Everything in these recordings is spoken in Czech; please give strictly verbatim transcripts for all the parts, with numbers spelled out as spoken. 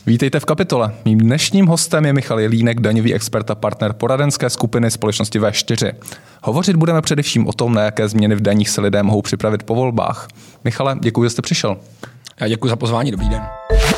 Vítejte v Kapitole. Mým dnešním hostem je Michal Jelínek, daňový expert a partner poradenské skupiny společnosti vé čtyři. Hovořit budeme především o tom, na jaké změny v daních se lidé mohou připravit po volbách. Michale, děkuji, že jste přišel. Já děkuji za pozvání, dobrý den.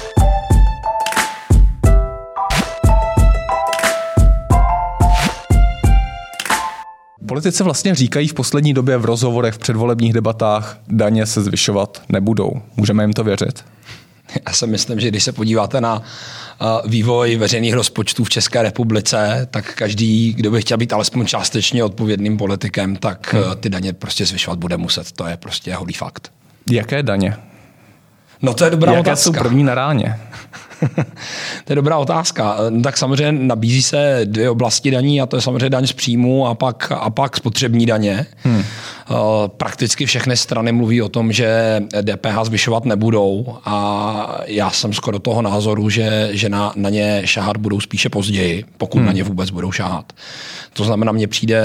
Politici vlastně říkají v poslední době v rozhovorech, v předvolebních debatách, daně se zvyšovat nebudou. Můžeme jim to věřit? Já si myslím, že když se podíváte na vývoj veřejných rozpočtů v České republice, tak každý, kdo by chtěl být alespoň částečně odpovědným politikem, tak hmm. ty daně prostě zvyšovat bude muset. To je prostě holý fakt. Jaké daně? No to je dobrá Jaké otázka. Jaké jsou první na ráně? To je dobrá otázka. No, tak samozřejmě nabízí se dvě oblasti daní, a to je samozřejmě daň z příjmu a pak, a pak spotřební daně. Hmm. Prakticky všechny strany mluví o tom, že D P H zvyšovat nebudou, a já jsem skoro toho názoru, že, že na, na ně šahat budou spíše později, pokud hmm. na ně vůbec budou šahat. To znamená, mně přijde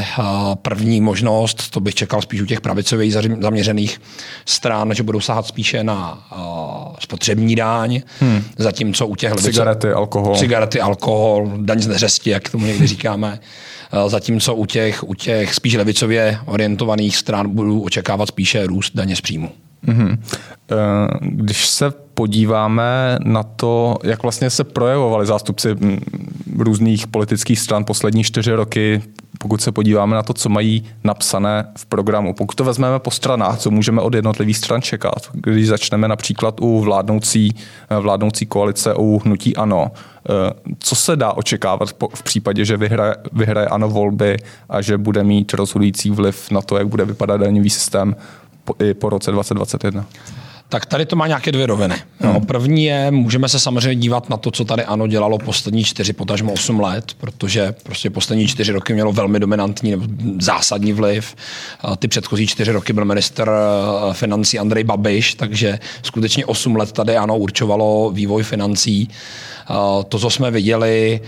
první možnost, to bych čekal spíš u těch pravicových zaměřených stran, že budou sahat spíše na spotřební daň, hmm. zatímco u těch cigarety, alkohol. Cigarety, alkohol, daň z neřesti, jak tomu někdy říkáme. Zatímco u těch, u těch spíš levicově orientovaných stran budu očekávat spíše růst daně z příjmu. Mm-hmm. Když se podíváme na to, jak vlastně se projevovali zástupci různých politických stran poslední čtyři roky, pokud se podíváme na to, co mají napsané v programu, pokud to vezmeme po stranách, co můžeme od jednotlivých stran čekat, když začneme například u vládnoucí, vládnoucí koalice, u hnutí ANO, co se dá očekávat v případě, že vyhraje, vyhraje ANO volby a že bude mít rozhodující vliv na to, jak bude vypadat daňový systém po, i po roce dvacet dvacet jedna? Tak tady to má nějaké dvě roviny. No, hmm. První je, můžeme se samozřejmě dívat na to, co tady ANO dělalo poslední čtyři, potažmo osm let, protože prostě poslední čtyři roky mělo velmi dominantní nebo zásadní vliv. Ty předchozí čtyři roky byl ministr financí Andrej Babiš, takže skutečně osm let tady ANO určovalo vývoj financí. To, co jsme viděli,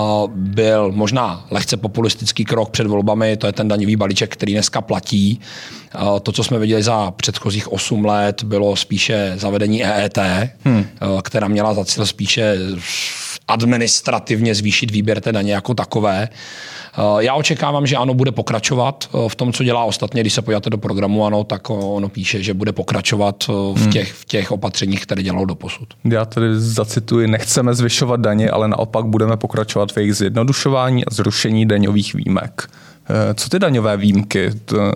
byl možná lehce populistický krok před volbami, to je ten daňový balíček, který dneska platí. To, co jsme viděli za předchozích osm let, bylo spíše zavedení E E T, hmm. která měla za cíl spíše administrativně zvýšit výběr té daně jako takové. Já očekávám, že ANO bude pokračovat v tom, co dělá. Ostatně, když se podíváte do programu ANO, tak ono píše, že bude pokračovat v těch, v těch opatřeních, které dělalo doposud. Já tady zacituji, nechceme zvyšovat daně, ale naopak budeme pokračovat v jejich zjednodušování a zrušení daňových výjimek. Co ty daňové výjimky?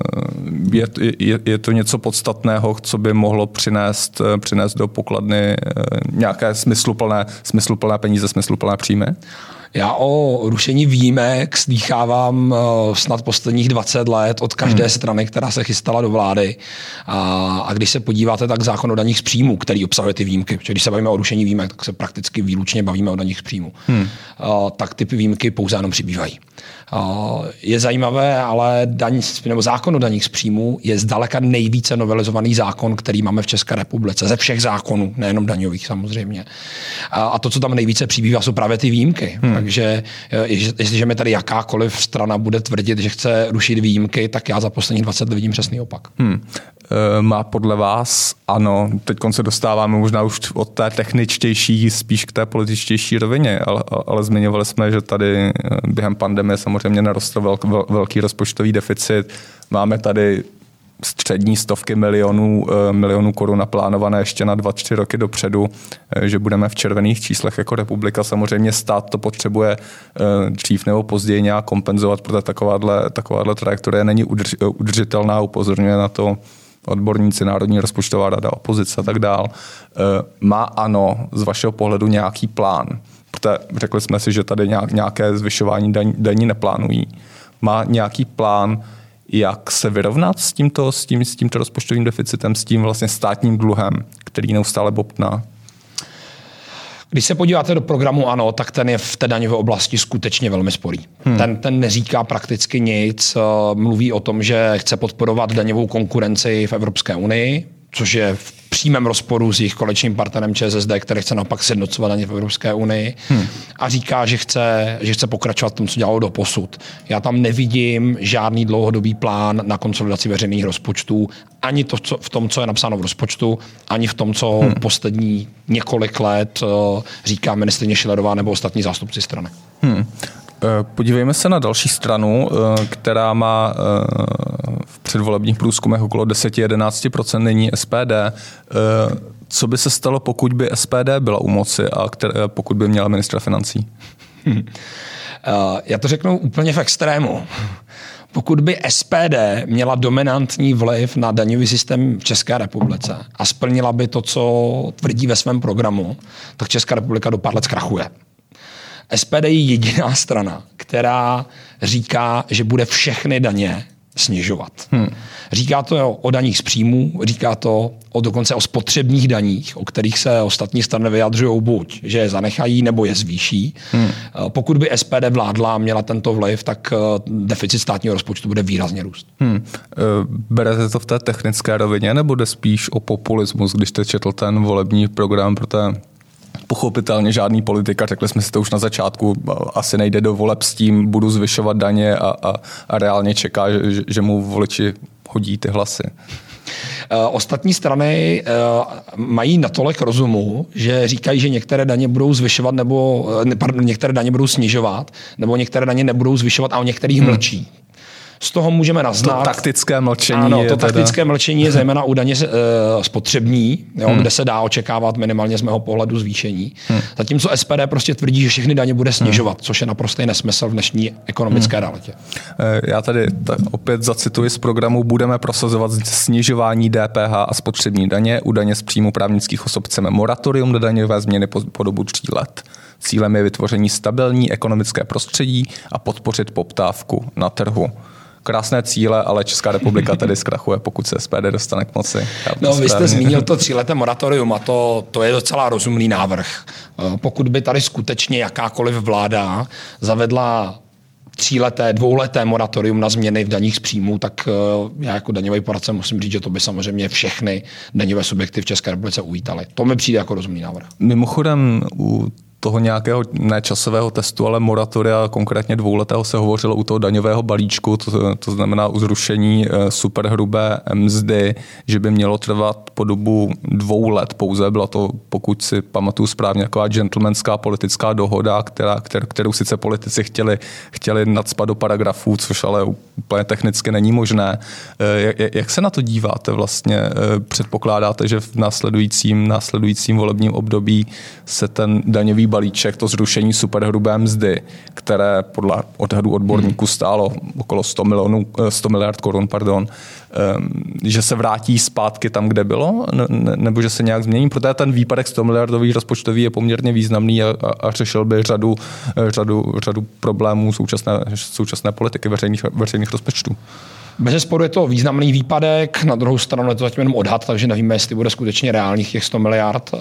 Je, je, je to něco podstatného, co by mohlo přinést, přinést do pokladny nějaké smysluplné, smysluplné peníze, smysluplné příjmy? Já o rušení výjimek slýchávám snad posledních dvacet let od každé hmm. strany, která se chystala do vlády. A, a když se podíváte, tak zákon o daních z příjmu, který obsahuje ty výjimky, protože když se bavíme o rušení výjimek, tak se prakticky výlučně bavíme o daních z příjmu. Hmm. A, tak ty výjimky pouze jenom přibývají. A, je zajímavé, ale daň, nebo zákon o daních z příjmu je zdaleka nejvíce novelizovaný zákon, který máme v České republice. Ze všech zákonů, nejenom daňových samozřejmě. A, a to, co tam nejvíce přibývá, jsou právě ty výjimky. Hmm. Takže jestliže mi tady jakákoliv strana bude tvrdit, že chce rušit výjimky, tak já za poslední dvacet let vidím přesný opak. Hmm. E, má podle vás ANO, teď se dostáváme možná už od té techničtější spíš k té političtější rovině, ale, ale zmiňovali jsme, že tady během pandemie samozřejmě narostl velk, velký rozpočtový deficit. Máme tady střední stovky milionů, milionů korun naplánované ještě na dva, tři roky dopředu, že budeme v červených číslech jako republika. Samozřejmě stát to potřebuje dřív nebo později nějak kompenzovat, protože takováhle, takováhle trajektorie není udrž, udržitelná, upozorňuje na to odborníci, Národní rozpočtová rada, opozice a tak dál. Má ANO z vašeho pohledu nějaký plán? Protože řekli jsme si, že tady nějaké zvyšování daní, daní neplánují. Má nějaký plán, jak se vyrovnat s tímto, s tím, s tímto rozpočtovým deficitem, s tím vlastně státním dluhem, který neustále bobtná? Když se podíváte do programu ANO, tak ten je v té daňové oblasti skutečně velmi sporý. Hmm. Ten, ten neříká prakticky nic, mluví o tom, že chce podporovat daňovou konkurenci v Evropské unii, což je v přímém rozporu s jejich koaličním partnerem ČSSD, který chce naopak sjednocovat daně v Evropské unii hmm. a říká, že chce, že chce pokračovat v tom, co dělalo doposud. Já tam nevidím žádný dlouhodobý plán na konsolidaci veřejných rozpočtů, ani to, co, v tom, co je napsáno v rozpočtu, ani v tom, co hmm. poslední několik let uh, říká ministryně Schillerová nebo ostatní zástupci strany. Hmm. Podívejme se na další stranu, která má v předvolebních průzkumech okolo deset až jedenáct procent, nyní S P D. Co by se stalo, pokud by S P D byla u moci a které, pokud by měla ministra financí? Hmm. Já to řeknu úplně v extrému. Pokud by S P D měla dominantní vliv na daňový systém v České republice a splnila by to, co tvrdí ve svém programu, tak Česká republika do pár let zkrachuje. S P D je jediná strana, která říká, že bude všechny daně snižovat. Hmm. Říká to o daních z příjmů, říká to o dokonce o spotřebních daních, o kterých se ostatní strany vyjadřují buď, že je zanechají, nebo je zvýší. Hmm. Pokud by S P D vládla a měla tento vliv, tak deficit státního rozpočtu bude výrazně růst. Hmm. Berete to v té technické rovině, nebo jde spíš o populismus, když jste četl ten volební program pro té pochopitelně žádný politika, řekli jsme si to už na začátku, asi nejde do voleb s tím, budu zvyšovat daně a, a, a reálně čeká, že, že mu voliči hodí ty hlasy. Ostatní strany mají natolik rozumu, že říkají, že některé daně budou zvyšovat nebo pardon, některé daně budou snižovat, nebo některé daně nebudou zvyšovat a o některých hmm. mlčí. Z toho můžeme naznat. To taktické mlčení. Ano, je to teda... taktické mlčení je zejména u daně e, spotřební, jo, hmm. kde se dá očekávat minimálně z mého pohledu zvýšení. Hmm. Zatímco S P D prostě tvrdí, že všechny daně bude snižovat, hmm. což je naprostý nesmysl v dnešní ekonomické hmm. realitě. Já tady opět zacituji z programu: budeme prosazovat snižování D P H a spotřební daně. U daně z příjmu právnických osob chceme moratorium do daňové změny po, po dobu tří let. Cílem je vytvoření stabilní ekonomické prostředí a podpořit poptávku na trhu. Krásné cíle, ale Česká republika tedy zkrachuje, pokud se S P D dostane k moci. No, vy jste zmínil to tříleté moratorium a to, to je docela rozumný návrh. Pokud by tady skutečně jakákoliv vláda zavedla tříleté, dvouleté moratorium na změny v daních z příjmů, tak já jako daňový poradce musím říct, že to by samozřejmě všechny daňové subjekty v České republice uvítaly. To mi přijde jako rozumný návrh. Mimochodem, u toho nějakého ne časového testu, ale moratoria, konkrétně dvouletého, se hovořilo u toho daňového balíčku, to, to znamená u zrušení superhrubé mzdy, že by mělo trvat po dobu dvou let pouze. Byla to, pokud si pamatuju správně, taková gentlemanská politická dohoda, která, kter, kterou sice politici chtěli, chtěli nacpat do paragrafů, což ale úplně technicky není možné. Jak, jak se na to díváte vlastně? Předpokládáte, že v následujícím, následujícím volebním období se ten daňový balíček, to zrušení superhrubé mzdy, které podle odhadu odborníků stálo okolo sto milionů, sto miliard korun, pardon, že se vrátí zpátky tam, kde bylo, nebo že se nějak změní, protože ten výpadek sto miliardový rozpočtový je poměrně významný a, a řešil by řadu, řadu, řadu problémů současné, současné politiky veřejných, veřejných rozpočtů. Bezesporu je to významný výpadek, na druhou stranu je to zatím jenom odhad, takže nevíme, jestli bude skutečně reálných těch sto miliard.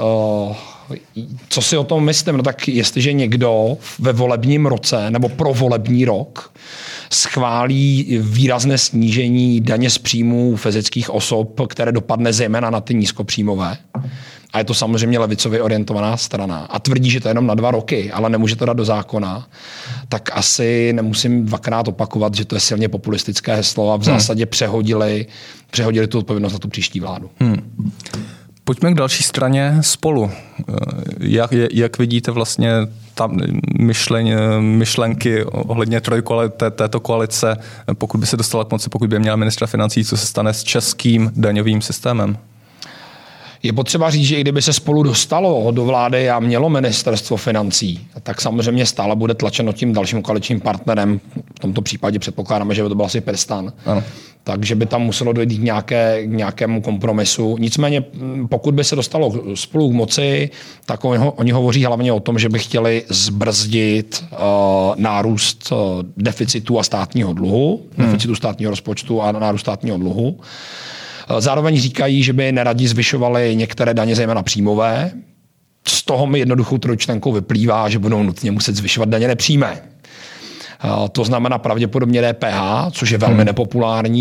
Co si o tom myslím? No tak jestliže někdo ve volebním roce nebo pro volební rok schválí výrazné snížení daně z příjmů fyzických osob, které dopadne zejména na ty nízkopříjmové, a je to samozřejmě levicově orientovaná strana a tvrdí, že to je jenom na dva roky, ale nemůže to dát do zákona, tak asi nemusím dvakrát opakovat, že to je silně populistické heslo a v zásadě přehodili, přehodili tu odpovědnost na tu příští vládu. Hmm. Pojďme k další straně Spolu. Jak, jak vidíte vlastně tam myšlen, myšlenky ohledně trojkoalice, této koalice, pokud by se dostala k moci, pokud by měla ministra financí, co se stane s českým daňovým systémem? Je potřeba říct, že i kdyby se Spolu dostalo do vlády a mělo ministerstvo financí, tak samozřejmě stále bude tlačeno tím dalším koaličním partnerem. V tomto případě předpokládáme, že by to byl asi PirSTAN. Ano. Takže by tam muselo dojít k, nějaké, k nějakému kompromisu. Nicméně, pokud by se dostalo Spolu k moci, tak oni, oni hovoří hlavně o tom, že by chtěli zbrzdit uh, nárůst uh, deficitu a státního dluhu, hmm. deficitu státního rozpočtu a nárůst státního dluhu. Zároveň říkají, že by neradi zvyšovali některé daně, zejména příjmové. Z toho mi jednoduchou trojčlenkou vyplývá, že budou nutně muset zvyšovat daně nepřímé. To znamená pravděpodobně D P H, což je velmi hmm. nepopulární.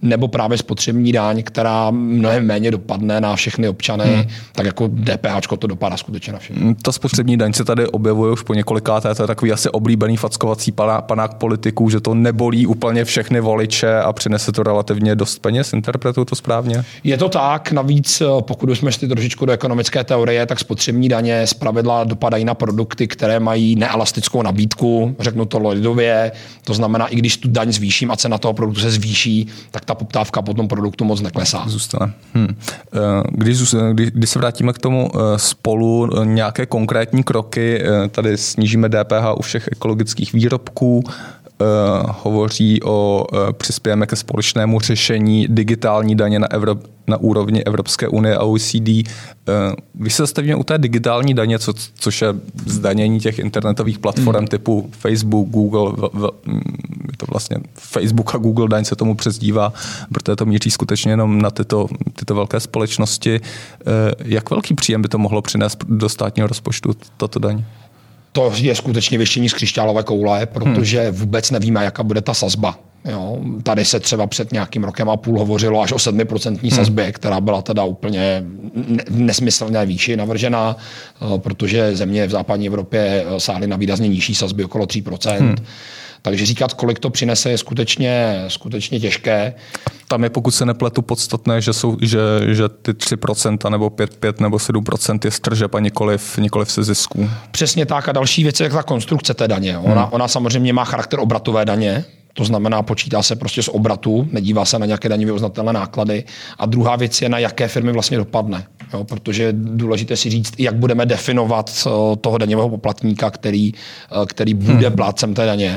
nebo právě spotřební daň, která mnohem méně dopadne na všechny občany, hmm. tak jako DPHčko to dopadá skutečně na všechny. Ta spotřební daň se tady objevuje už po několikáté, to je takový asi oblíbený fackovací panák politiků, že to nebolí úplně všechny voliče a přinese to relativně dost peněz. Interpretuju to správně? Je to tak, navíc pokud jsme šli trošičku do ekonomické teorie, tak spotřební daně zpravidla dopadají na produkty, které mají neelastickou nabídku, řeknu to lidově, to znamená, i když tu daň zvýším a cena toho produktu se zvýší, tak ta poptávka po tom produktu moc neklesá. Zůstane. Hm. Když, když, když se vrátíme k tomu spolu, nějaké konkrétní kroky, tady snížíme D P H u všech ekologických výrobků, Uh, hovoří o uh, přispějeme ke společnému řešení digitální daně na, Evrop, na úrovni Evropské unie a O E C D. Uh, když se zastavíme u té digitální daně, co, což je zdanění těch internetových platform hmm. typu Facebook, Google, v, v, je to vlastně Facebook a Google daň se tomu přezdívá, protože to míří skutečně jenom na tyto, tyto velké společnosti. Uh, jak velký příjem by to mohlo přinést do státního rozpočtu, tato daň? To je skutečně věštění z křišťálové koule, protože vůbec nevíme, jaká bude ta sazba. Jo, tady se třeba před nějakým rokem a půl hovořilo až o sedmi procentní sazbě, která byla teda úplně nesmyslné výši navržená, protože země v západní Evropě sáhly na výrazně nižší sazby, okolo tří procent. Hmm. Takže říkat, kolik to přinese, je skutečně, skutečně těžké. Tam je, pokud se nepletu, podstatné, že, jsou, že, že ty tři procenta nebo pět, pět nebo sedm procent je z tržeb a nikoliv, nikoliv se zisků. Přesně tak. A další věc je ta konstrukce té daně. Ona, hmm. ona samozřejmě má charakter obratové daně, to znamená, počítá se prostě z obratu, nedívá se na nějaké daňově uznatelné náklady. A druhá věc je, na jaké firmy vlastně dopadne. Jo, protože je důležité si říct, jak budeme definovat toho daňového poplatníka, který, který bude hmm. plátcem té daně.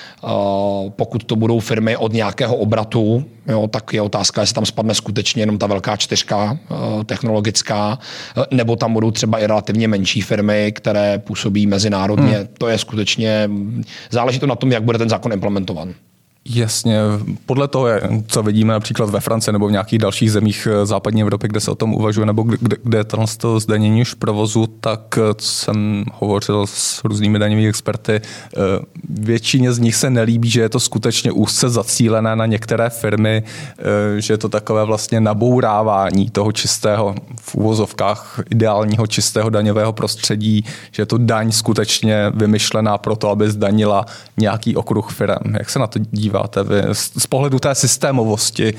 Pokud to budou firmy od nějakého obratu, jo, tak je otázka, jestli tam spadne skutečně jenom ta velká čtyřka technologická, nebo tam budou třeba i relativně menší firmy, které působí mezinárodně. Hmm. To je skutečně, záleží to na tom, jak bude ten zákon implementovan. Jasně, podle toho, co vidíme například ve Francii nebo v nějakých dalších zemích západní Evropy, kde se o tom uvažuje, nebo kde, kde je to zdanění už v provozu, tak jsem hovořil s různými daňovými experty. Většině z nich se nelíbí, že je to skutečně úzce zacílené na některé firmy, že je to takové vlastně nabourávání toho čistého, v úvozovkách ideálního čistého daňového prostředí, že je to daň skutečně vymyšlená pro to, aby zdanila nějaký okruh firem. Jak se na to dívá? Vy, z pohledu té systémovosti,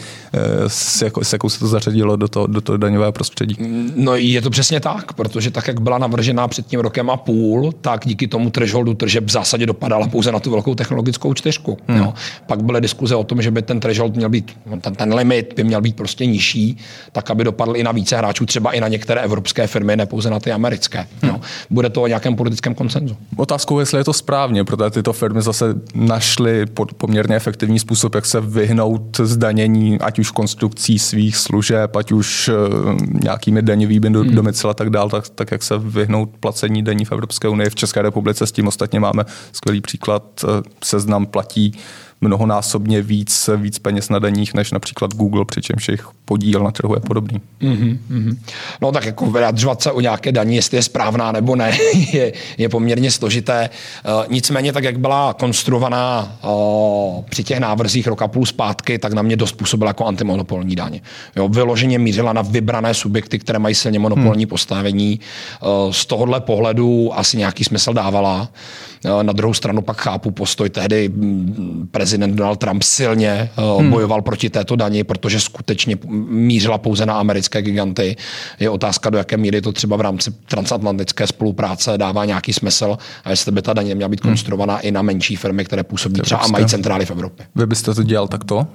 s, jako, s jakou se to zařadilo do toho, do toho daňového prostředí? No je to přesně tak, protože tak, jak byla navržená před tím rokem a půl, tak díky tomu thresholdu tržeb v zásadě dopadala pouze na tu velkou technologickou čtyřku. Hmm. Jo. Pak byly diskuze o tom, že by ten threshold měl být, ten, ten limit by měl být prostě nižší, tak aby dopadl i na více hráčů, třeba i na některé evropské firmy, ne pouze na ty americké. Hmm. Jo. Bude to o nějakém politickém konsenzu. Otázkou, jestli je to správně, protože tyto firmy zase našly poměrně efektivní způsob, jak se vyhnout zdanění, ať už konstrukcí svých služeb, ať už nějakými daňovými hmm. domicile a tak dál, tak, tak jak se vyhnout placení daní v Evropské unii. V České republice s tím ostatně máme skvělý příklad. Seznam platí mnohonásobně víc, víc peněz na daních než například Google, přičemž jejich podíl na trhu je podobný. Mm-hmm, mm-hmm. No tak jako vyjadřovat se o nějaké daní, jestli je správná nebo ne, je, je poměrně složité. Uh, nicméně tak, jak byla konstruovaná uh, při těch návrzích roka půl zpátky, tak na mě dost působila jako antimonopolní daň. Jo, vyloženě mířila na vybrané subjekty, které mají silně monopolní hmm. postavení. Uh, z tohohle pohledu asi nějaký smysl dávala. Uh, na druhou stranu pak chápu postoj tehdy prezident Donald Trump silně uh, hmm. bojoval proti této dani, protože skutečně mířila pouze na americké giganty. Je otázka, do jaké míry to třeba v rámci transatlantické spolupráce dává nějaký smysl a jestli by ta daně měla být hmm. konstruovaná i na menší firmy, které působí třeba a mají centrály v Evropě. Vy byste to dělal takto?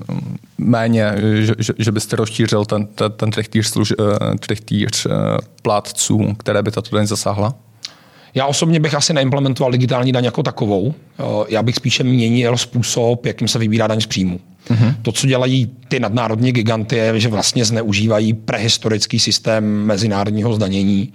Méně, že, že, že byste rozšířil ten, ten, ten třechtýř, služ, třechtýř plátců, které by tato daň zasáhla? Já osobně bych asi neimplementoval digitální daň jako takovou. Já bych spíše měnil způsob, jakým se vybírá daň z příjmu. Mm-hmm. To, co dělají ty nadnárodní giganty, je, že vlastně zneužívají prehistorický systém mezinárodního zdanění.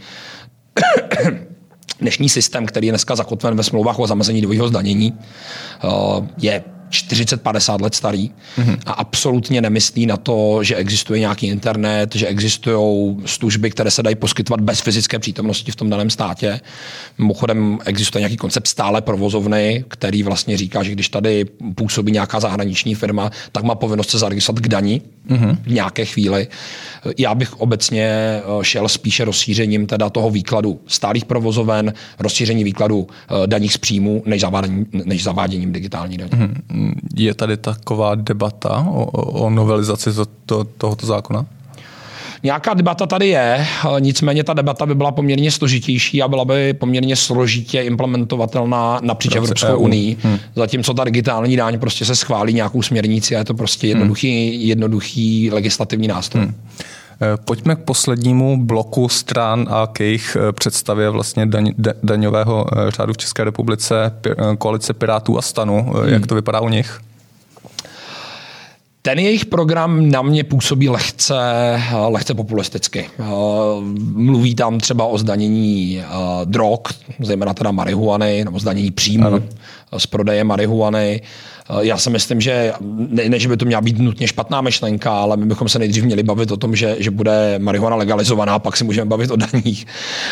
Dnešní systém, který je dneska zakotven ve smlouvách o zamezení dvojího zdanění, je čtyřicet padesát let starý mm-hmm. a absolutně nemyslí na to, že existuje nějaký internet, že existují služby, které se dají poskytovat bez fyzické přítomnosti v tom daném státě. Mimochodem existuje nějaký koncept stále provozovny, který vlastně říká, že když tady působí nějaká zahraniční firma, tak má povinnost se zaregistrovat k dani mm-hmm. v nějaké chvíli. Já bych obecně šel spíše rozšířením teda toho výkladu stálých provozoven, rozšíření výkladu daních z příjmu, než zaváděním, než zaváděním digitální daně. Mm-hmm. Je tady taková debata o, o novelizaci to, to, tohoto zákona? Nějaká debata tady je, nicméně ta debata by byla poměrně složitější a byla by poměrně složitě implementovatelná napříč Evropskou unii. Hmm. Zatímco ta digitální daň prostě se schválí nějakou směrnici a je to prostě jednoduchý, hmm. jednoduchý legislativní nástroj. Hmm. Pojďme k poslednímu bloku stran a k jejich představě vlastně daň, daňového řádu v České republice, koalice Pirátů a STANu. Hmm. Jak to vypadá u nich? Ten jejich program na mě působí lehce, lehce populisticky. Mluví tam třeba o zdanění drog, zejména teda marihuany, nebo zdanění příjmu ano. z prodeje marihuany. Já si myslím, že ne, ne, že by to měla být nutně špatná myšlenka, ale my bychom se nejdřív měli bavit o tom, že, že bude marihuana legalizovaná, a pak si můžeme bavit o daních.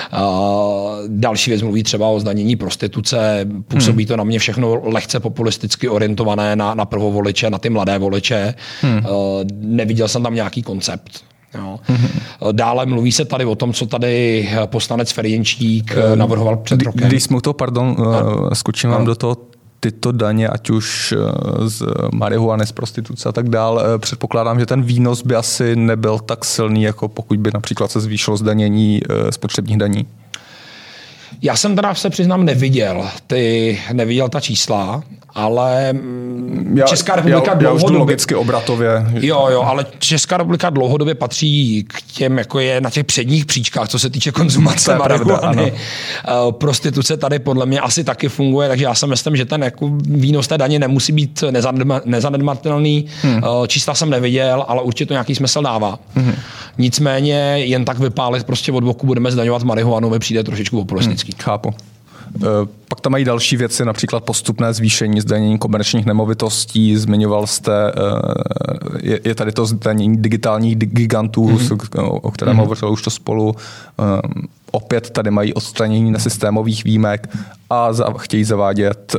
Další věc mluví třeba o zdanění prostituce. Působí hmm. to na mě všechno lehce populisticky orientované na, na prvovoliče, na ty mladé voliče. Hmm. Neviděl jsem tam nějaký koncept. Jo. Mm-hmm. Dále mluví se tady o tom, co tady poslanec Ferjenčík navrhoval před rokem. Když jsme to, pardon, no. skočím vám no. do toho, tyto daně, ať už z marihuany, z prostituce a tak dál, předpokládám, že ten výnos by asi nebyl tak silný, jako pokud by například se zvýšilo zdanění spotřebních daní. Já jsem teda se přiznám neviděl, ty neviděl ta čísla, ale já, Česká republika já, dlouhodobě... Já už logicky obratově. Jo, jo, ale Česká republika dlouhodobě patří k těm, jako je na těch předních příčkách, co se týče konzumace marihuany. Prostituce tady podle mě asi taky funguje, takže já si myslím, že ten jako výnos té daně nemusí být nezanedbatelný. Hmm. Čísla jsem neviděl, ale určitě to nějaký smysl dává. Hmm. Nicméně jen tak vypálit prostě od boku budeme zdaňovat marihuanu, mi přijde trošičku populistický. Hmm. Chápu. Pak tam mají další věci, například postupné zvýšení zdanění komerčních nemovitostí. Zmiňoval jste, je, je tady to zdanění digitálních gigantů, mm-hmm. o kterém mm-hmm. hovořilo už to spolu. Opět tady mají odstranění nesystémových výjimek a za, chtějí zavádět,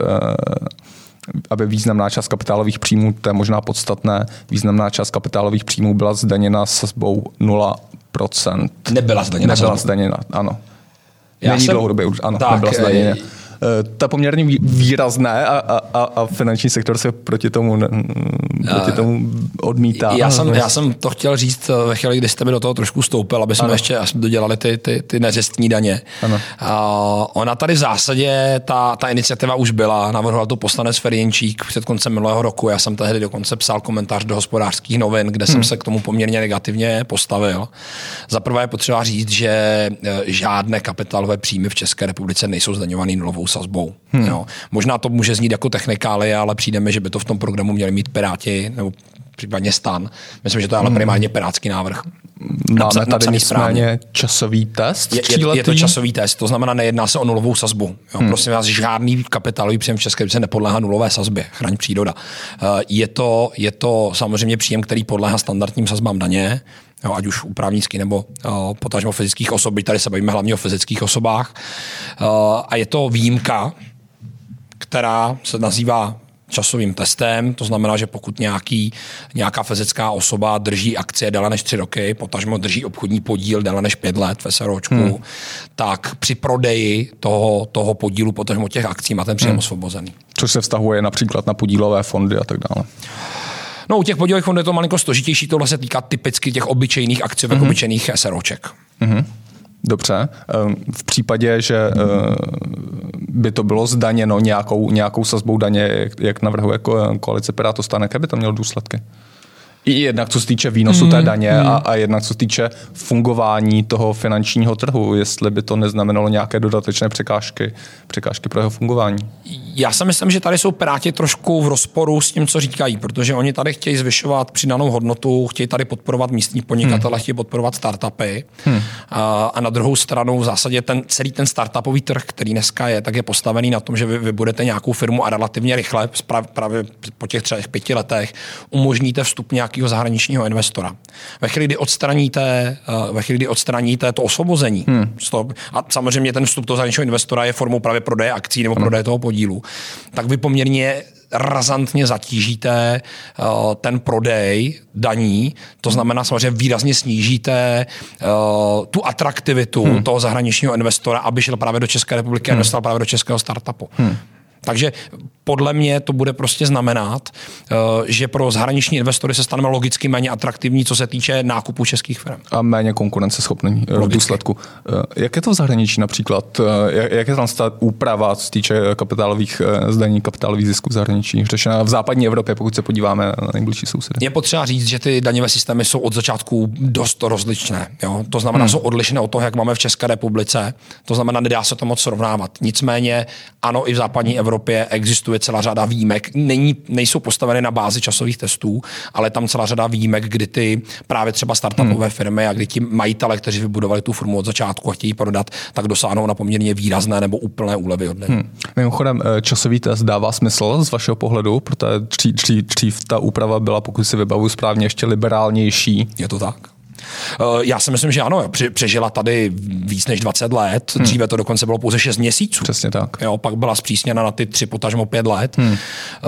aby významná část kapitálových příjmů, to je možná podstatné, významná část kapitálových příjmů byla zdaněna sazbou nula procent. Nebyla zdaněna. Nebyla zdaněna, ano. Já Není jsem, dlouhodobě už, ano, tak, nebyla zdaněna. To je poměrně výrazné a, a, a finanční sektor se proti tomu, proti tomu odmítá. Já jsem, já jsem to chtěl říct ve chvíli, kdy jste mi do toho trošku stoupil, aby jsme ano. ještě dodělali ty, ty, ty neřestní daně. Ano. A ona tady v zásadě, ta, ta iniciativa už byla, navrhoval to poslanec Ferjenčík před koncem minulého roku. Já jsem tehdy dokonce psal komentář do Hospodářských novin, kde hmm. jsem se k tomu poměrně negativně postavil. Za prvé je potřeba říct, že žádné kapitálové příjmy v České republice nejsou zdaňovány nulovou sazbou. Hmm. Jo. Možná to může znít jako technikálie, ale přijde mi, že by to v tom programu měli mít Piráti nebo případně STAN. Myslím, že to je ale primárně pirátský návrh. Máme tady nicméně časový test? Je, je, je to časový test, to znamená, nejedná se o nulovou sazbu. Jo, hmm. Prosím vás, žádný kapitálový příjem v České republice nepodléhá nulové sazbě. Chraň příroda. Je to, je to samozřejmě příjem, který podléhá standardním sazbám daně, jo, ať už u právnických nebo uh, potažmo fyzických osob, tady se bavíme hlavně o fyzických osobách. Uh, a je to výjimka, která se nazývá časovým testem, to znamená, že pokud nějaký, nějaká fyzická osoba drží akcie déle než tři roky, potažmo drží obchodní podíl déle než pět let ve SROčku, hmm. tak při prodeji toho, toho podílu potažmo těch akcí má ten příjem hmm. osvobozený. Což se vztahuje například na podílové fondy a tak dále. No, u těch podílových fondů je to malinko složitější, tohle se týká typicky těch obyčejných akciovek, mm-hmm. obyčejných SROček. Mm-hmm. Dobře. V případě, že by to bylo zdaněno nějakou, nějakou sazbou daně, jak navrhuje koalice Pirátů STAN, jaké by to mělo důsledky? I jednak co se týče výnosu mm, té daně mm. a, a jednak co se týče fungování toho finančního trhu, jestli by to neznamenalo nějaké dodatečné překážky, překážky pro jeho fungování. Já si myslím, že tady jsou Piráti trošku v rozporu s tím, co říkají, protože oni tady chtějí zvyšovat přidanou hodnotu, chtějí tady podporovat místní podnikatele, hmm. chtějí podporovat startupy. Hmm. A, a na druhou stranu v zásadě ten celý ten startupový trh, který dneska je, tak je postavený na tom, že vy, vy budete nějakou firmu a relativně rychle, právě po těch třech, pěti letech, umožníte vstup nějakého zahraničního investora. Ve chvíli, kdy odstraníte, ve chvíli, kdy odstraníte to osvobození, hmm. toho, a samozřejmě ten vstup toho zahraničního investora je formou právě prodeje akcí nebo hmm. prodeje toho podílu, tak vy poměrně razantně zatížíte uh, ten prodej daní, to znamená samozřejmě výrazně snížíte uh, tu atraktivitu hmm. toho zahraničního investora, aby šel právě do České republiky hmm. a investoval právě do českého startupu. Hmm. Takže podle mě to bude prostě znamenat, že pro zahraniční investory se staneme logicky méně atraktivní, co se týče nákupu českých firm. A méně konkurenceschopný v důsledku. Jak je to v zahraničí například? Jak je tam ta úprava, co se týče kapitálových zdaní, kapitálových zisků v zahraničí? Řešená v západní Evropě, pokud se podíváme na nejbližší sousedy. Je potřeba říct, že ty daňové systémy jsou od začátku dost rozličné. Jo? To znamená, hmm. jsou odlišné od toho, jak máme v České republice. To znamená, nedá se to moc srovnávat. Nicméně, ano, i v západní Evropě existuje celá řada výjimek. Není, nejsou postaveny na bázi časových testů, ale tam celá řada výjimek, kdy ty právě třeba startupové hmm. firmy a kdy ti majitele, kteří vybudovali tu firmu od začátku a chtějí prodat, tak dosáhnou na poměrně výrazné nebo úplné úlevy od hmm. Mimochodem, časový test dává smysl z vašeho pohledu, protože dřív ta úprava byla, pokud si vybavuju správně, ještě liberálnější. Je to tak? Já si myslím, že ano, přežila tady víc než dvacet let, hmm. dříve to dokonce bylo pouze šest měsíců. Přesně tak. Jo, pak byla zpřísněna na ty tři, potažmo pět let. Hmm.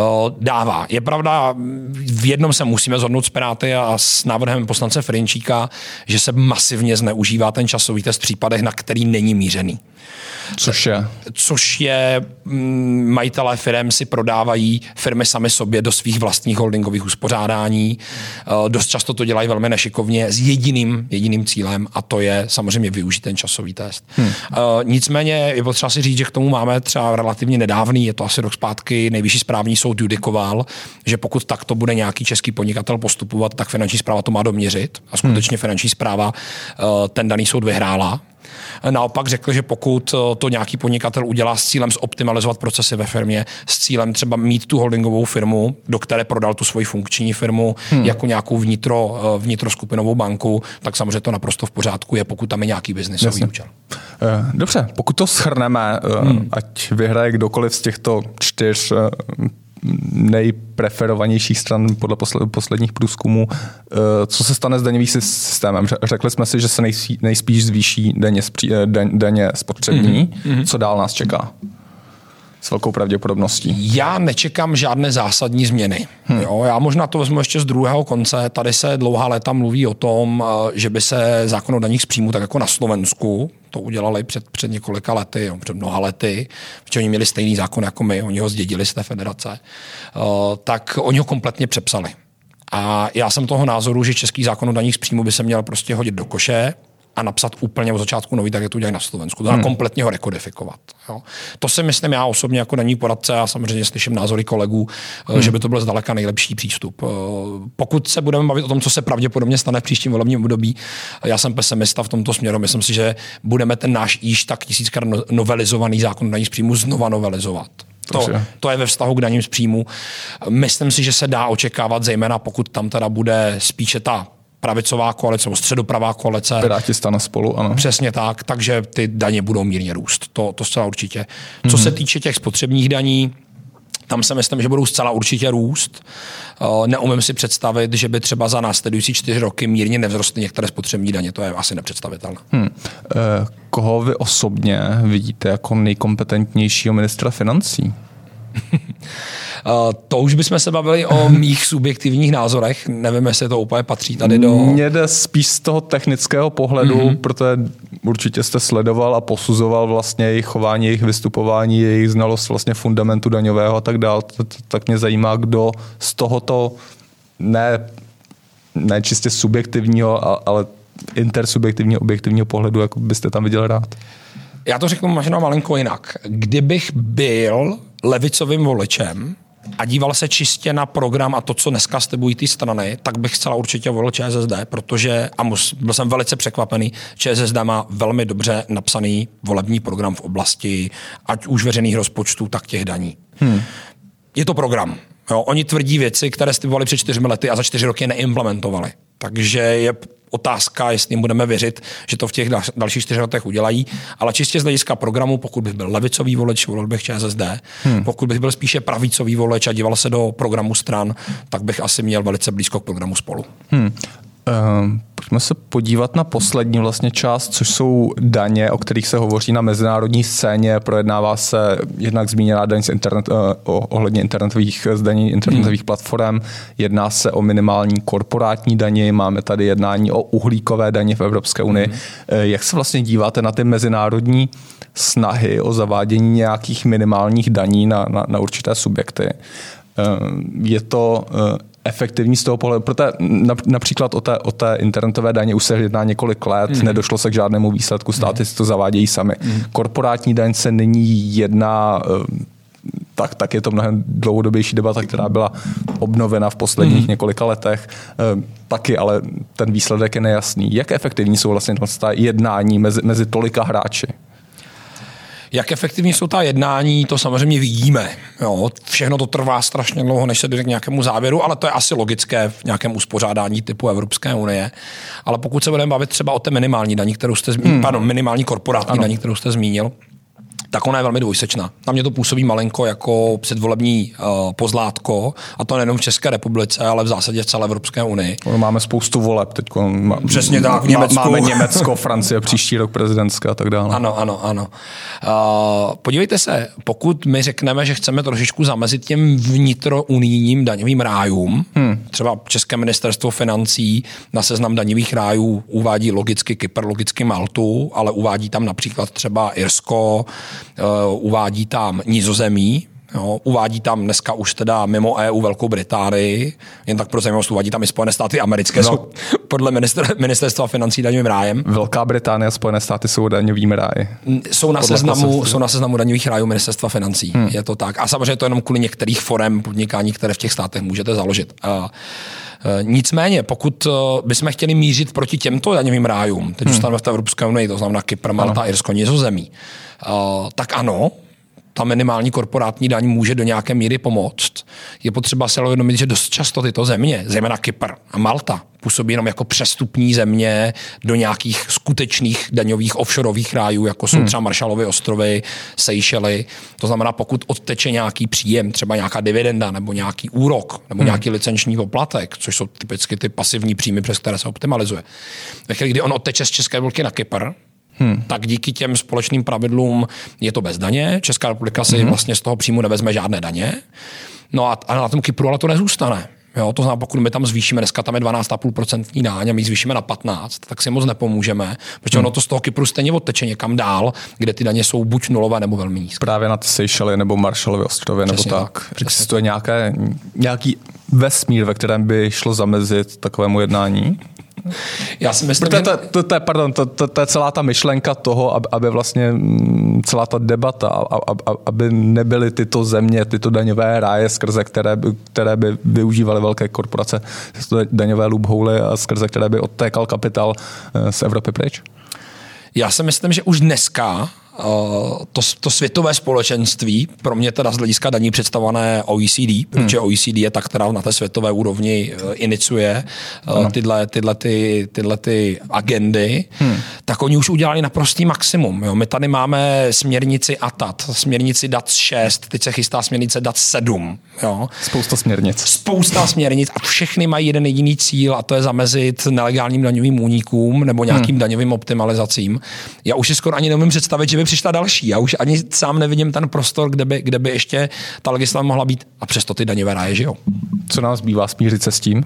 Dává. Je pravda, v jednom se musíme shodnout s Piráty a s návrhem poslance Ferjenčíka, že se masivně zneužívá ten časový test v případech, na který není mířený. Což je? Což je, majitelé firem si prodávají firmy sami sobě do svých vlastních holdingových uspořádání. Dost často to dělají velmi nešikovně s jediným, jediným cílem a to je samozřejmě využít ten časový test. Hmm. Nicméně je potřeba si říct, že k tomu máme třeba relativně nedávný, je to asi rok zpátky, Nejvyšší správní soud judikoval, že pokud takto bude nějaký český podnikatel postupovat, tak finanční správa to má doměřit a skutečně hmm. finanční správa ten daný soud vyhrála. Naopak řekl, že pokud to nějaký podnikatel udělá s cílem zoptimalizovat procesy ve firmě, s cílem třeba mít tu holdingovou firmu, do které prodal tu svoji funkční firmu hmm. jako nějakou vnitro, vnitroskupinovou banku, tak samozřejmě to naprosto v pořádku je, pokud tam je nějaký biznisový účel. Dobře, pokud to shrneme, hmm. ať vyhraje kdokoliv z těchto čtyř nejpreferovanějších stran podle posledních průzkumů. Co se stane s daňovým systémem? Řekli jsme si, že se nejspíš zvýší daně, daně spotřební. Mm-hmm. Co dál nás čeká? S velkou pravděpodobností. Já nečekám žádné zásadní změny. Hmm. Jo, já možná to vezmu ještě z druhého konce. Tady se dlouhá léta mluví o tom, že by se zákon o daních z příjmu, tak jako na Slovensku, to udělali před, před několika lety, jo, před mnoha lety, protože oni měli stejný zákon jako my, oni ho zdědili z té federace, uh, tak oni ho kompletně přepsali. A já jsem toho názoru, že český zákon o daních z příjmu by se měl prostě hodit do koše a napsat úplně od začátku nový, tak je to udělají na Slovensku. To hmm. kompletně ho rekodifikovat. Jo. To si myslím já osobně jako daňový poradce a samozřejmě slyším názory kolegů, hmm. že by to byl zdaleka nejlepší přístup. Pokud se budeme bavit o tom, co se pravděpodobně stane v příštím volebním období, já jsem pesimista v tomto směru. Myslím si, že budeme ten náš již tak tisíckrát novelizovaný zákon o daních z příjmu znova novelizovat. To, to je ve vztahu k daním z příjmu. Myslím si, že se dá očekávat, zejména pokud tam teda bude spíše ta pravicová koalice nebo středopravá koalice. Piráti Stane Spolu, ano. Přesně tak, takže ty daně budou mírně růst. To, to zcela určitě. Co mm-hmm. se týče těch spotřebních daní, tam si myslím, že budou zcela určitě růst. Neumím si představit, že by třeba za následující čtyři roky mírně nevzrostly některé spotřební daně. To je asi nepředstavitelné. Hmm. Koho vy osobně vidíte jako nejkompetentnějšího ministra financí? Uh, to už bychom se bavili o mých subjektivních názorech. Nevím, jestli to úplně patří tady do... Mně jde spíš z toho technického pohledu, mm-hmm. protože určitě jste sledoval a posuzoval vlastně jejich chování, jejich vystupování, jejich znalost vlastně fundamentu daňového a tak dále. Tak mě zajímá, kdo z tohoto ne, ne čistě subjektivního, ale intersubjektivního, objektivního pohledu, jako byste tam viděl rád. Já to řeknu možná malinko jinak. Kdybych byl levicovým voličem, a díval se čistě na program a to, co dneska slibují ty strany, tak bych zcela určitě volil ČSSD, protože, a mus, byl jsem velice překvapený, ČSSD má velmi dobře napsaný volební program v oblasti ať už veřejných rozpočtů, tak těch daní. Hmm. Je to program. Jo, oni tvrdí věci, které slibovali před čtyřmi lety a za čtyři roky neimplementovali. Takže je otázka, jestli jim budeme věřit, že to v těch dalších čtyřech letech udělají, ale čistě z hlediska programu, pokud bych byl levicový volič, volil bych ČSSD, hmm. pokud bych byl spíše pravicový volič a díval se do programu stran, tak bych asi měl velice blízko k programu Spolu. Hmm. Um, pojďme se podívat na poslední vlastně část, což jsou daně, o kterých se hovoří na mezinárodní scéně. Projednává se jednak zmíněná daň z internet, uh, ohledně internetových zdaní internetových hmm. platform. Jedná se o minimální korporátní dani, máme tady jednání o uhlíkové dani v Evropské unii. Hmm. Uh, jak se vlastně díváte na ty mezinárodní snahy o zavádění nějakých minimálních daní na, na, na určité subjekty? Uh, je to uh, efektivní z toho pohledu, protože například o té, o té internetové daně už se jedná několik let, mm. nedošlo se k žádnému výsledku, státy mm. si to zavádějí sami. Mm. Korporátní daň se nyní jedná, tak, tak je to mnohem dlouhodobější debata, která byla obnovena v posledních mm. několika letech. Taky, ale ten výsledek je nejasný. Jak efektivní jsou vlastně ta jednání mezi, mezi tolika hráči? Jak efektivní jsou ta jednání, to samozřejmě vidíme. Jo, všechno to trvá strašně dlouho, než se dojde k nějakému závěru, ale to je asi logické v nějakém uspořádání typu Evropské unie. Ale pokud se budeme bavit třeba o té minimální daní, kterou jste zmínil, hmm. pardon, minimální korporátní daní, kterou jste zmínil, tak ona je velmi dvojsečná. Na mě to působí malinko jako předvolební uh, pozlátko, a to nejenom v České republice, ale v zásadě v celé Evropské unii. No, máme spoustu voleb teď. Má, Přesně tak, v Německu. Máme Německo, Francie, příští rok prezidentská a tak dále. Ano, ano, ano. Uh, podívejte se, pokud my řekneme, že chceme trošičku zamezit těm vnitrounijním daňovým rájům, hmm. třeba České ministerstvo financí na seznam daňových rájů uvádí logicky Kypr, logicky Maltu, ale uvádí tam například třeba Irsko, Uh, uvádí tam Nizozemí, jo, uvádí tam dneska už teda mimo E U Velkou Británii, jen tak pro zajímavost uvádí tam i Spojené státy americké, no. Jsou podle minister, ministerstva financí daňovým rájem. Velká Británie a Spojené státy jsou daňovými ráji. Jsou na, seznamu, jsou na seznamu daňových rájů ministerstva financí, hmm. je to tak. A samozřejmě to jenom kvůli některých forem podnikání, které v těch státech můžete založit. Uh, Nicméně, pokud bychom chtěli mířit proti těmto daňovým rájům, teď zůstaneme hmm. v té Evropské unii, to znamená Kypr, Malta, Irsko, Nizozemí, tak ano, ta minimální korporátní daň může do nějaké míry pomoct. Je potřeba si uvědomit, že dost často tyto země, zejména Kypr a Malta, působí jenom jako přestupní země do nějakých skutečných daňových offshoreových rájů, jako jsou hmm. třeba Marshallovy ostrovy, Seychely. To znamená, pokud odteče nějaký příjem, třeba nějaká dividenda nebo nějaký úrok nebo hmm. nějaký licenční poplatek, což jsou typicky ty pasivní příjmy, přes které se optimalizuje. Ve chvíli, kdy on odteče z České republiky na Kypr, Hmm. tak díky těm společným pravidlům je to bez daně. Česká republika si hmm. vlastně z toho příjmu nevezme žádné daně. No a, a na tom Kypru ale to nezůstane. Jo, to znamená, pokud my tam zvýšíme, dneska tam je dvanáct celá pět procenta daň a my zvýšíme na patnáct, tak si moc nepomůžeme, protože hmm. ono to z toho Kypru stejně odteče někam dál, kde ty daně jsou buď nulové nebo velmi nízké. Právě na ty Seychely nebo Marshallovy ostrovy nebo tak. Existuje nějaké, nějaký vesmír, ve kterém by šlo zamezit takovému jednání? Já si myslím, že... to, to, to, pardon, to, to, to je celá ta myšlenka toho, aby, aby vlastně celá ta debata, aby nebyly tyto země, tyto daňové ráje, skrze které by, které by využívaly velké korporace, daňové loopholy a skrze které by odtékal kapitál z Evropy pryč? Já si myslím, že už dneska To, to světové společenství, pro mě teda z hlediska daní představované O E C D, protože hmm. O E C D je ta, která na té světové úrovni iniciuje no. tyhle, tyhle, ty, tyhle ty agendy, hmm. tak oni už udělali naprostý maximum. Jo. My tady máme směrnici A T A T, směrnici D A C šest, teď se chystá směrnice D A C sedm. Jo. Spousta směrnic. Spousta směrnic a všechny mají jeden jediný cíl a to je zamezit nelegálním daňovým únikům nebo nějakým hmm. daňovým optimalizacím. Já už si skoro ani neumím představit, že by přišla další. Já už ani sám nevidím ten prostor, kde by, kde by ještě ta legislativa mohla být a přesto ty daňové ráje žijou. Co nám zbývá, smířit se s tím?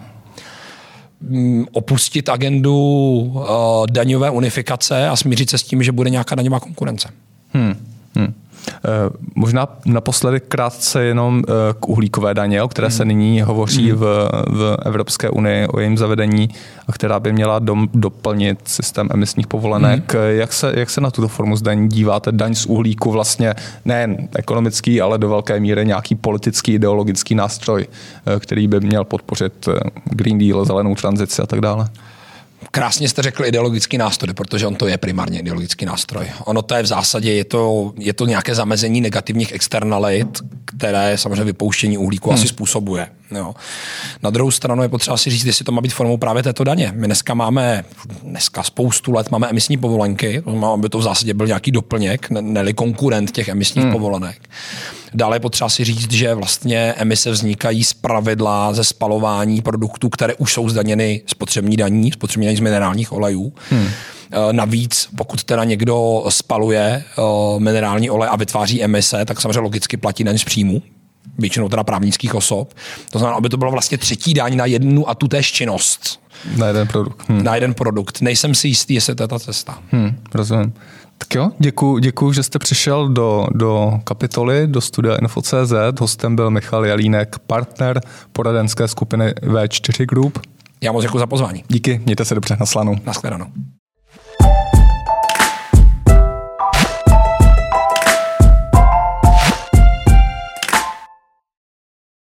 Opustit agendu uh, daňové unifikace a smířit se s tím, že bude nějaká daňová konkurence. Hmm. Hmm. Možná naposledy krátce jenom k uhlíkové daně, o které se nyní hovoří v, v Evropské unii, o jejím zavedení, a která by měla dom, doplnit systém emisních povolenek. Hmm. Jak se, jak se na tuto formu zdaní díváte? Daň z uhlíku vlastně nejen ekonomický, ale do velké míry nějaký politický, ideologický nástroj, který by měl podpořit Green Deal, zelenou tranzici a tak dále. Krásně jste řekl ideologický nástroj, protože on to je primárně ideologický nástroj. Ono to je v zásadě, je to, je to nějaké zamezení negativních externalit, které samozřejmě vypouštění uhlíku hmm. asi způsobuje. Jo. Na druhou stranu je potřeba si říct, jestli to má být formou právě této daně. My dneska máme, dneska spoustu let máme emisní povolenky, aby to v zásadě byl nějaký doplněk, ne-li konkurent těch emisních hmm. povolenek. Dále je potřeba si říct, že vlastně emise vznikají z pravidla ze spalování produktů, které už jsou zdaněny spotřební daní, spotřební daní z minerálních olejů. Hmm. Navíc, pokud teda někdo spaluje minerální olej a vytváří emise, tak samozřejmě logicky platí daň z příjmu, většinou teda právnických osob. To znamená, aby to bylo vlastně třetí daň na jednu a tu též činnost. Na jeden produkt. Hmm. Na jeden produkt. Nejsem si jistý, jestli to je ta cesta. Hmm, rozumím. Tak jo, děkuju, děkuju, že jste přišel do, do kapitoly, do studia Info tečka cé zet. Hostem byl Michal Jelínek, partner poradenské skupiny vé čtyři Group. Já moc děkuji za pozvání. Díky, mějte se dobře, naslyšenou. Nashledanou.